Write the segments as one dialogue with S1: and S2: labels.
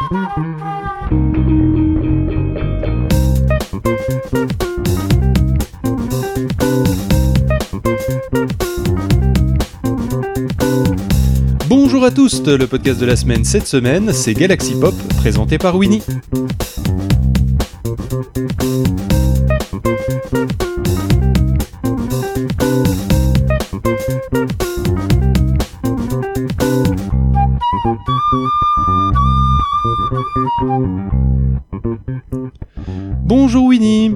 S1: Bonjour à tous, le podcast de la semaine cette semaine, c'est Galaxy Pop, présenté par Winnie. Bonjour Winnie.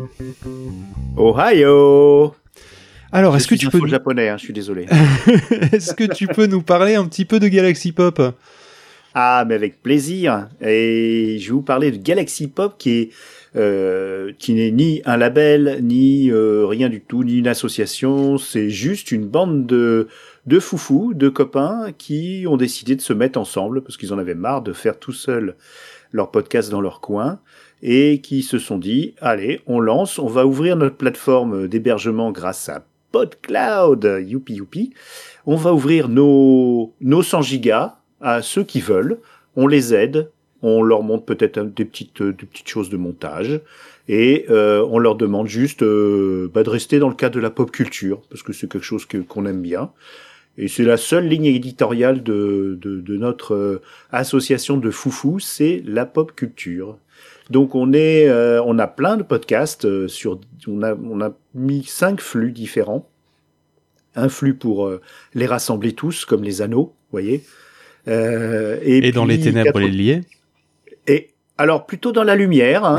S2: Ohio.
S1: Alors, est-ce que tu peux
S2: japonais, je suis désolé.
S1: Est-ce que tu peux nous parler un petit peu de Galaxy Pop ?
S2: Ah, mais avec plaisir. Et je vais vous parler de Galaxy Pop qui n'est ni un label, ni rien du tout, ni une association. C'est juste une bande de foufous, de copains qui ont décidé de se mettre ensemble parce qu'ils en avaient marre de faire tout seuls leur podcast dans leur coin et qui se sont dit, allez, on lance, on va ouvrir notre plateforme d'hébergement grâce à PodCloud, youpi. On va ouvrir nos 100 gigas à ceux qui veulent. On les aide. On leur montre peut-être des petites choses de montage. Et on leur demande juste de rester dans le cadre de la pop culture, parce que c'est quelque chose qu'on aime bien. Et c'est la seule ligne éditoriale de notre association de foufous, c'est la pop culture. Donc on a plein de podcasts on a mis 5 flux différents. Un flux pour les rassembler tous, comme les anneaux, vous voyez. Et puis,
S1: dans les ténèbres les lier.
S2: Et alors plutôt dans la lumière,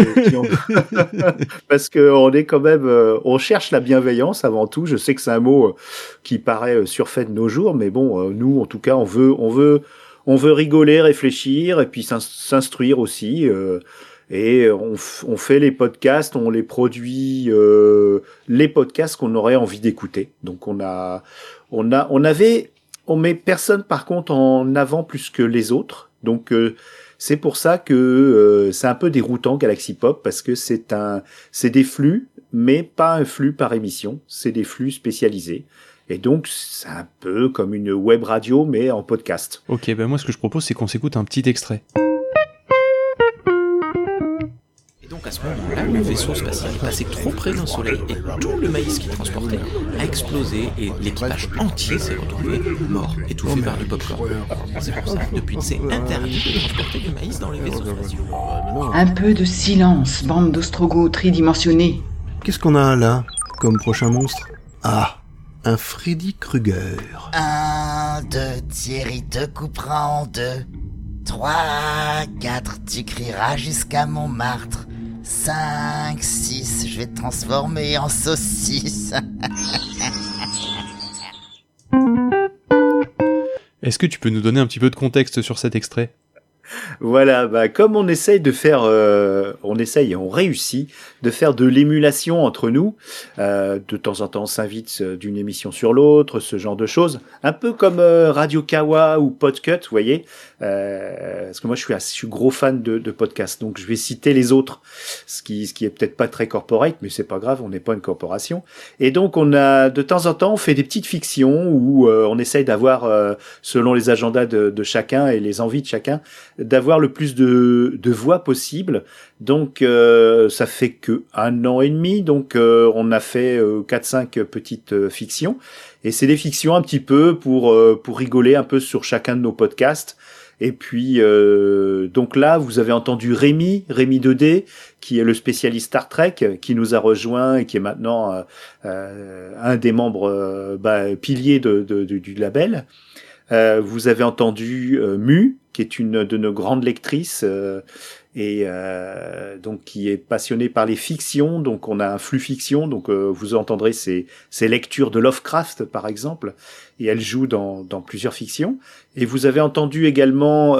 S2: parce que on est quand même, on cherche la bienveillance avant tout. Je sais que c'est un mot qui paraît surfait de nos jours, mais bon, nous en tout cas, on veut rigoler, réfléchir et puis s'instruire aussi. Et on fait les podcasts, on les produit, les podcasts qu'on aurait envie d'écouter. Donc on met personne par contre en avant plus que les autres. Donc c'est pour ça que c'est un peu déroutant Galaxy Pop, parce que c'est des flux, mais pas un flux par émission. C'est des flux spécialisés. Et donc, c'est un peu comme une web radio, mais en podcast.
S1: Ok, ben moi ce que je propose, c'est qu'on s'écoute un petit extrait.
S3: Et donc à ce moment-là, le vaisseau spatial est passé trop près d'un soleil et tout le maïs qu'il transportait a explosé et l'équipage entier s'est retrouvé mort, étouffé par du popcorn. C'est pour ça que depuis, c'est interdit de transporter du maïs dans les vaisseaux spatiaux.
S4: Un peu de silence, bande d'ostrogoths tridimensionnés.
S5: Qu'est-ce qu'on a là, comme prochain monstre ? Ah, un Freddy Krueger.
S6: 1, 2, Thierry te coupera en 2. 3, 4, tu crieras jusqu'à Montmartre. 5, 6, je vais te transformer en saucisse.
S1: Est-ce que tu peux nous donner un petit peu de contexte sur cet extrait ?
S2: Voilà, comme on essaye de faire, on réussit de faire de l'émulation entre nous. De temps en temps, on s'invite d'une émission sur l'autre, ce genre de choses. Un peu comme Radio Kawa ou Podcut, vous voyez. Parce que moi, je suis gros fan de podcasts, donc je vais citer les autres, ce qui est peut-être pas très corporate, mais c'est pas grave, on n'est pas une corporation. Et donc, de temps en temps, on fait des petites fictions où on essaye d'avoir, selon les agendas de chacun et les envies de chacun, d'avoir le plus de voix possible. Donc ça fait que 1 an et demi, donc on a fait 4-5 petites fictions, et c'est des fictions un petit peu pour rigoler un peu sur chacun de nos podcasts. Et puis donc là vous avez entendu Rémi 2D, qui est le spécialiste Star Trek, qui nous a rejoint et qui est maintenant un des membres piliers du label. Vous avez entendu Mu, qui est une de nos grandes lectrices, et donc qui est passionnée par les fictions. Donc on a un flux fiction, donc vous entendrez ses lectures de Lovecraft par exemple, et elle joue dans plusieurs fictions. Et vous avez entendu également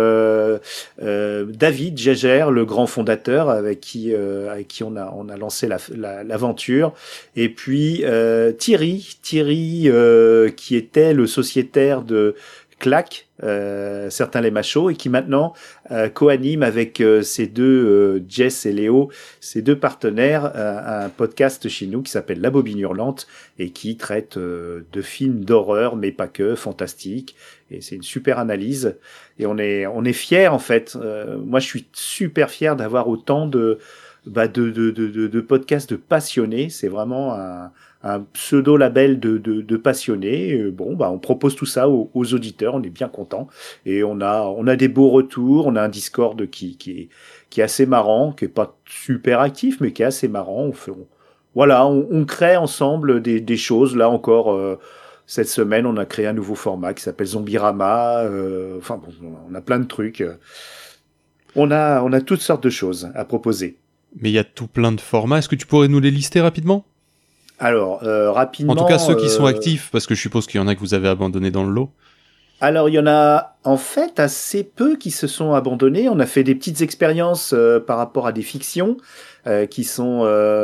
S2: David Gégère, le grand fondateur avec qui on a lancé l'aventure. Et puis Thierry qui était le sociétaire Clac, certains les machos, et qui maintenant co-anime avec ces deux, Jess et Léo, ces deux partenaires, un podcast chez nous qui s'appelle La Bobine Hurlante et qui traite de films d'horreur, mais pas que, fantastiques. Et c'est une super analyse. Et on est fiers, en fait. Moi, je suis super fier d'avoir autant de podcasts de passionnés. C'est vraiment un pseudo-label de passionnés. On propose tout ça aux auditeurs. On est bien contents. Et on a des beaux retours. On a un Discord qui est assez marrant, qui est pas super actif, mais qui est assez marrant. On crée ensemble des choses. Là encore, cette semaine, on a créé un nouveau format qui s'appelle Zombirama. On a plein de trucs. On a toutes sortes de choses à proposer.
S1: Mais il y a tout plein de formats. Est-ce que tu pourrais nous les lister rapidement ?
S2: Alors, rapidement...
S1: En tout cas, ceux qui sont actifs, parce que je suppose qu'il y en a que vous avez abandonnés dans le lot.
S2: Alors, il y en a en fait assez peu qui se sont abandonnés. On a fait des petites expériences par rapport à des fictions qui sont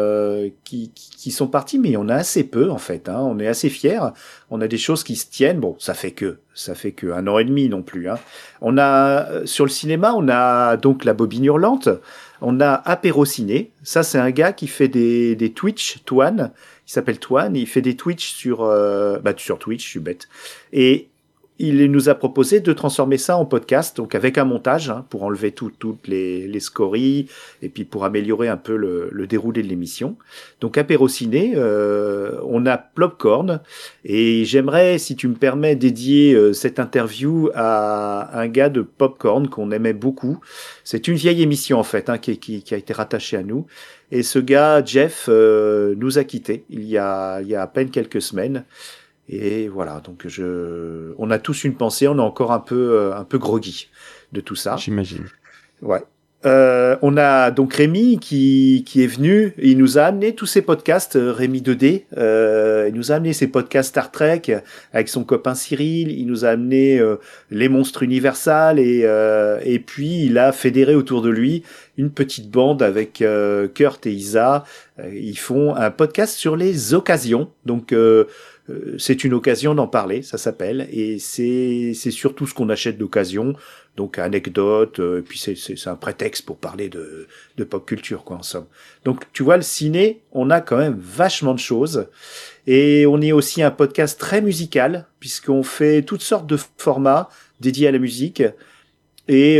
S2: parties, mais il y en a assez peu en fait. On est assez fiers. On a des choses qui se tiennent. Bon, ça fait que 1 an et demi non plus. On a sur le cinéma, on a donc La Bobine Hurlante. On a Apérociné. Ça, c'est un gars qui fait des Twitch, Toine. Il s'appelle Toine. Il fait des Twitch sur Twitch. Je suis bête. Et il nous a proposé de transformer ça en podcast, donc avec un montage, pour enlever toutes les scories et puis pour améliorer un peu le déroulé de l'émission. Donc Apérociné, on a Plopcorn, et j'aimerais, si tu me permets, dédier cette interview à un gars de Popcorn qu'on aimait beaucoup. C'est une vieille émission en fait, qui a été rattachée à nous. Et ce gars, Jeff, nous a quittés il y a à peine quelques semaines. Et voilà, donc on a tous une pensée, on est encore un peu groggy de tout ça.
S1: J'imagine.
S2: Ouais. On a donc Rémi qui est venu, il nous a amené tous ses podcasts, Rémi 2D, il nous a amené ses podcasts Star Trek avec son copain Cyril, il nous a amené les monstres Universal et puis il a fédéré autour de lui une petite bande avec Kurt et Isa. Ils font un podcast sur les occasions, donc c'est une occasion d'en parler, ça s'appelle, et c'est surtout ce qu'on achète d'occasion, donc anecdotes, puis c'est un prétexte pour parler de pop culture, quoi, en somme. Donc tu vois, le ciné, on a quand même vachement de choses, et on est aussi un podcast très musical, puisqu'on fait toutes sortes de formats dédiés à la musique. Et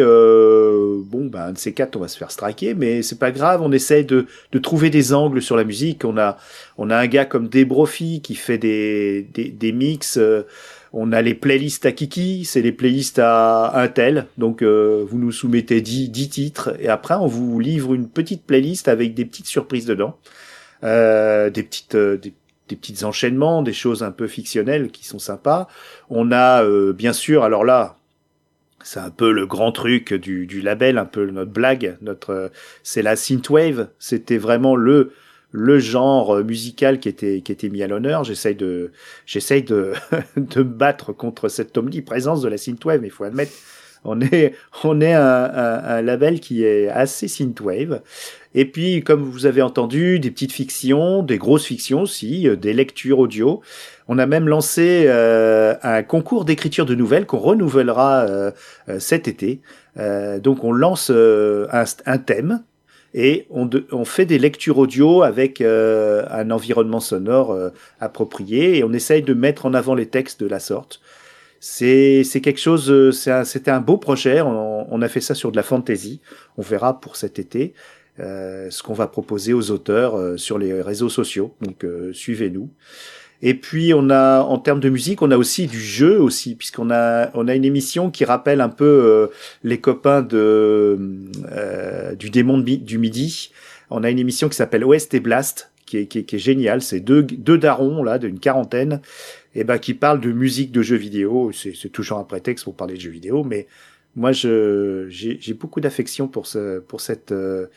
S2: un de ces quatre, on va se faire striker, mais c'est pas grave. On essaye de trouver des angles sur la musique. On a un gars comme Debrofi qui fait des mix. On a les playlists à Kiki, c'est les playlists à un tel. Donc vous nous soumettez 10 titres et après on vous livre une petite playlist avec des petites surprises dedans, des petits enchaînements, des choses un peu fictionnelles qui sont sympas. On a bien sûr, alors là, c'est un peu le grand truc du label, un peu notre blague, c'est la synthwave. C'était vraiment le genre musical qui était mis à l'honneur. J'essaye de me battre contre cette omniprésence de la synthwave, mais il faut admettre, on est un label qui est assez synthwave. Et puis, comme vous avez entendu, des petites fictions, des grosses fictions aussi, des lectures audio. On a même lancé un concours d'écriture de nouvelles qu'on renouvellera cet été. Donc, on lance un thème et on fait des lectures audio avec un environnement sonore approprié et on essaye de mettre en avant les textes de la sorte. C'est quelque chose, c'était un beau projet. On a fait ça sur de la fantasy. On verra pour cet été ce qu'on va proposer aux auteurs sur les réseaux sociaux. Donc suivez-nous. Et puis en termes de musique, on a aussi du jeu aussi, puisqu'on a une émission qui rappelle un peu les copains du démon du midi. On a une émission qui s'appelle OST Blast, qui est géniale. C'est deux darons là d'une quarantaine, et qui parlent de musique de jeux vidéo. C'est toujours un prétexte pour parler de jeux vidéo, mais moi j'ai beaucoup d'affection pour cette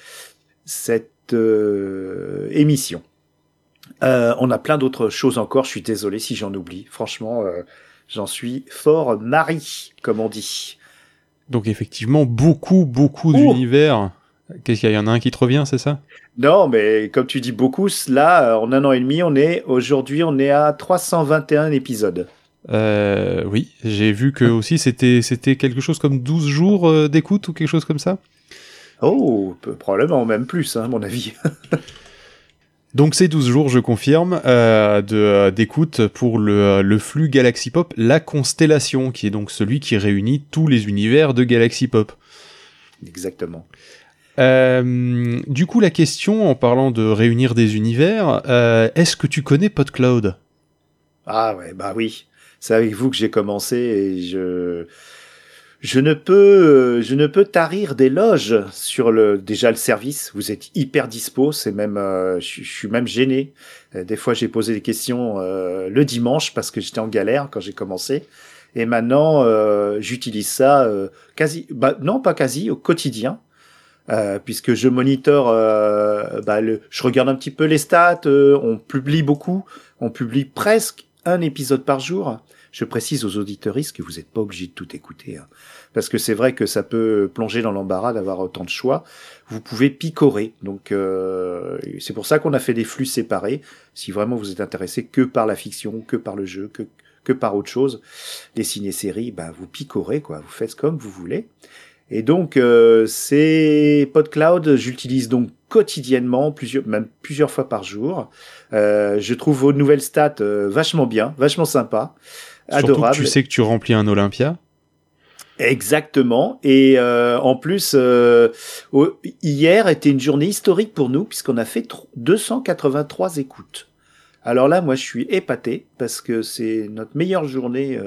S2: émission. On a plein d'autres choses encore, je suis désolé si j'en oublie. Franchement, j'en suis fort mari, comme on dit.
S1: Donc effectivement, beaucoup d'univers. Qu'est-ce qu'il y en a un qui te revient, c'est ça ?
S2: Non, mais comme tu dis beaucoup, là, en 1 an et demi, aujourd'hui, on est à 321 épisodes.
S1: Oui, j'ai vu que aussi c'était quelque chose comme 12 jours d'écoute ou quelque chose comme ça.
S2: Oh, probablement même plus, à mon avis.
S1: Donc c'est 12 jours, je confirme, d'écoute pour le flux Galaxy Pop, la constellation, qui est donc celui qui réunit tous les univers de Galaxy Pop.
S2: Exactement.
S1: Du coup, la question, en parlant de réunir des univers, est-ce que tu connais PodCloud ?
S2: Ah ouais, bah oui. C'est avec vous que j'ai commencé et je ne peux tarir d'éloges sur déjà le service. Vous êtes hyper dispo, c'est même, je suis même gêné. Des fois, j'ai posé des questions le dimanche parce que j'étais en galère quand j'ai commencé. Et maintenant, j'utilise ça non pas quasi, au quotidien. Puisque je monitore, je regarde un petit peu les stats, on publie beaucoup, on publie presque un épisode par jour. Je précise aux auditeuristes que vous n'êtes pas obligés de tout écouter, hein, parce que c'est vrai que ça peut plonger dans l'embarras d'avoir autant de choix. Vous pouvez picorer, donc c'est pour ça qu'on a fait des flux séparés. Si vraiment vous êtes intéressé que par la fiction, que par le jeu, que par autre chose, les ciné-séries, vous picorez, quoi. Vous faites comme vous voulez. Et donc, c'est PodCloud, j'utilise donc quotidiennement, même plusieurs fois par jour. Je trouve vos nouvelles stats vachement bien, vachement sympa, adorable.
S1: Surtout que tu sais que tu remplis un Olympia.
S2: Exactement. Et en plus, hier était une journée historique pour nous, puisqu'on a fait 283 écoutes. Alors là, moi, je suis épaté, parce que c'est notre meilleure journée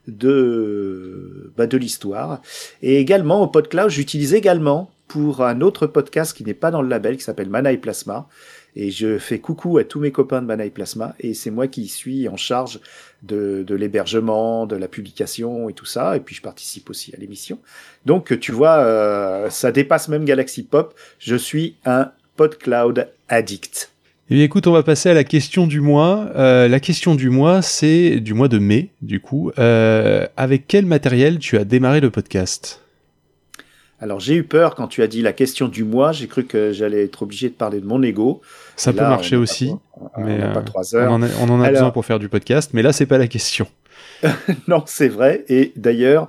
S2: de l'histoire. Et également au PodCloud, j'utilise également pour un autre podcast qui n'est pas dans le label, qui s'appelle Mana et Plasma. Et je fais coucou à tous mes copains de Mana et Plasma, et c'est moi qui suis en charge de l'hébergement, de la publication et tout ça, et puis je participe aussi à l'émission. Donc tu vois, ça dépasse même Galaxy Pop, je suis un PodCloud addict.
S1: Eh bien, écoute, on va passer à la question du mois. La question du mois, c'est du mois de mai, du coup. Avec quel matériel tu as démarré le podcast ?
S2: Alors, j'ai eu peur quand tu as dit la question du mois. J'ai cru que j'allais être obligé de parler de mon ego.
S1: Ça peut marcher aussi, mais
S2: on n'a pas 3 heures.
S1: On en a besoin pour faire du podcast, mais là, c'est pas la question.
S2: Non, c'est vrai. Et d'ailleurs,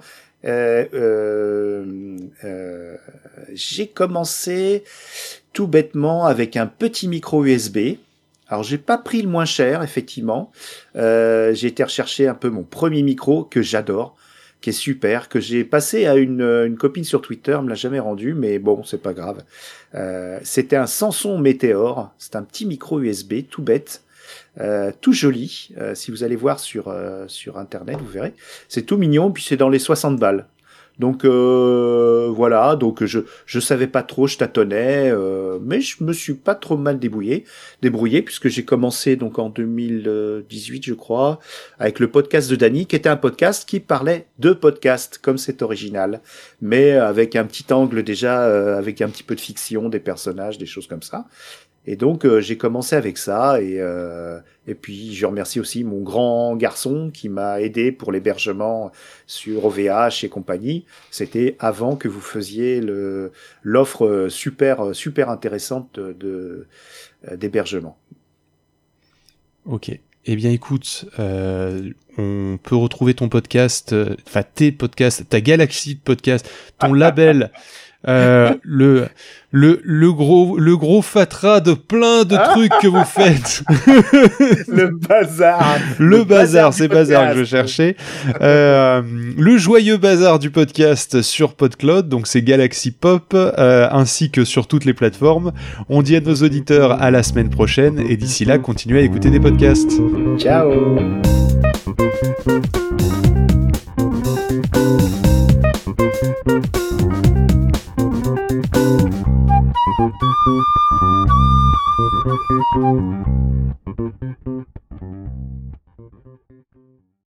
S2: j'ai commencé tout bêtement avec un petit micro USB. Alors, j'ai pas pris le moins cher, effectivement. J'ai été rechercher un peu mon premier micro que j'adore, qui est super, que j'ai passé à une copine sur Twitter, me l'a jamais rendu, mais bon, c'est pas grave. C'était un Samson Meteor. C'est un petit micro USB, tout bête. Tout joli. Si vous allez voir sur Internet, vous verrez. C'est tout mignon, puis c'est dans les 60 balles. Donc voilà, donc je savais pas trop, je tâtonnais, mais je me suis pas trop mal débrouillé puisque j'ai commencé donc en 2018 je crois avec le podcast de Dany, qui était un podcast qui parlait de podcast, comme c'est original, mais avec un petit angle déjà, avec un petit peu de fiction, des personnages, des choses comme ça. Et donc j'ai commencé avec ça, et puis je remercie aussi mon grand garçon qui m'a aidé pour l'hébergement sur OVH et compagnie. C'était avant que vous faisiez l'offre super intéressante d'hébergement.
S1: Ok. Eh bien écoute, on peut retrouver ton podcast, tes podcasts, ta galaxie de podcasts, ton label. Le gros fatras de plein de trucs que vous faites.
S2: Le bazar.
S1: Le bazar, c'est bazar que je cherchais. Le joyeux bazar du podcast sur PodCloud, donc c'est Galaxy Pop, ainsi que sur toutes les plateformes. On dit à nos auditeurs à la semaine prochaine, et d'ici là, continuez à écouter des podcasts.
S2: Ciao.
S7: Thank you.